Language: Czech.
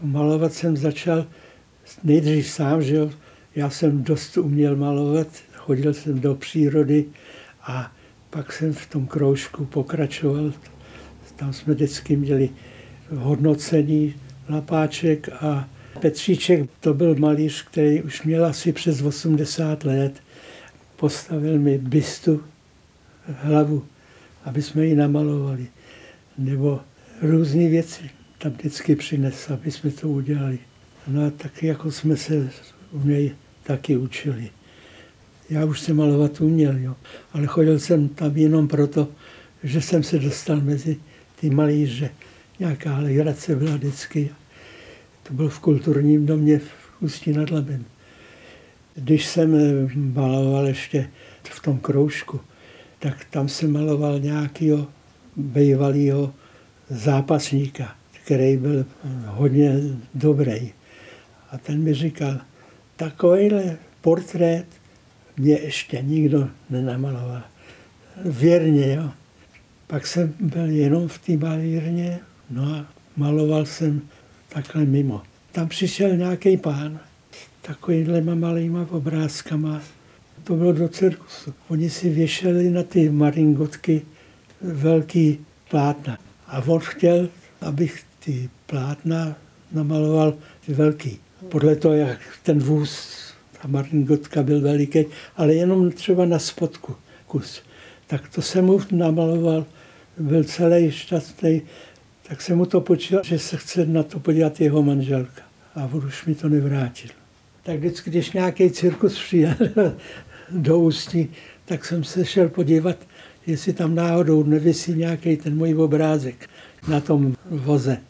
Malovat jsem začal nejdřív sám, že jo. Já jsem dost uměl malovat, chodil jsem do přírody a pak jsem v tom kroužku pokračoval. Tam jsme vždycky měli hodnocení, Lapáček a Petříček, to byl malíř, který už měl asi přes 80 let. Postavil mi bystu, hlavu, aby jsme ji namalovali. Nebo různé věci tam vždycky přines, aby jsme to udělali. No a taky jako jsme se u něj taky učili. Já už jsem malovat uměl, jo. Ale chodil jsem tam jenom proto, že jsem se dostal mezi ty malíře. Nějaká legrace byla vždycky. To byl v kulturním domě v Ústí nad Labem. Když jsem maloval ještě v tom kroužku, tak tam jsem maloval nějakého bývalého zápasníka, který byl hodně dobrý. A ten mi říkal, takovýhle portrét mě ještě nikdo nenamaloval. Věrně, jo. Pak jsem byl jenom v té malírně, no a maloval jsem takhle mimo. Tam přišel nějaký pán, takovýhlema malýma obrázkama. To bylo do cirkusu. Oni si věšeli na ty maringotky velký plátna. A on chtěl, abych ty plátna namaloval ty velký. Podle toho, jak ten vůz, ta maringotka byl veliký, ale jenom třeba na spodku kus. Tak to jsem mu namaloval, byl celý šťastný, tak jsem mu to počítal, že se chce na to podívat jeho manželka. A on už mi to nevrátil. Tak vždycky, když nějaký cirkus přijel do Ústí, tak jsem se šel podívat, jestli tam náhodou nevisí nějaký ten můj obrázek na tom voze.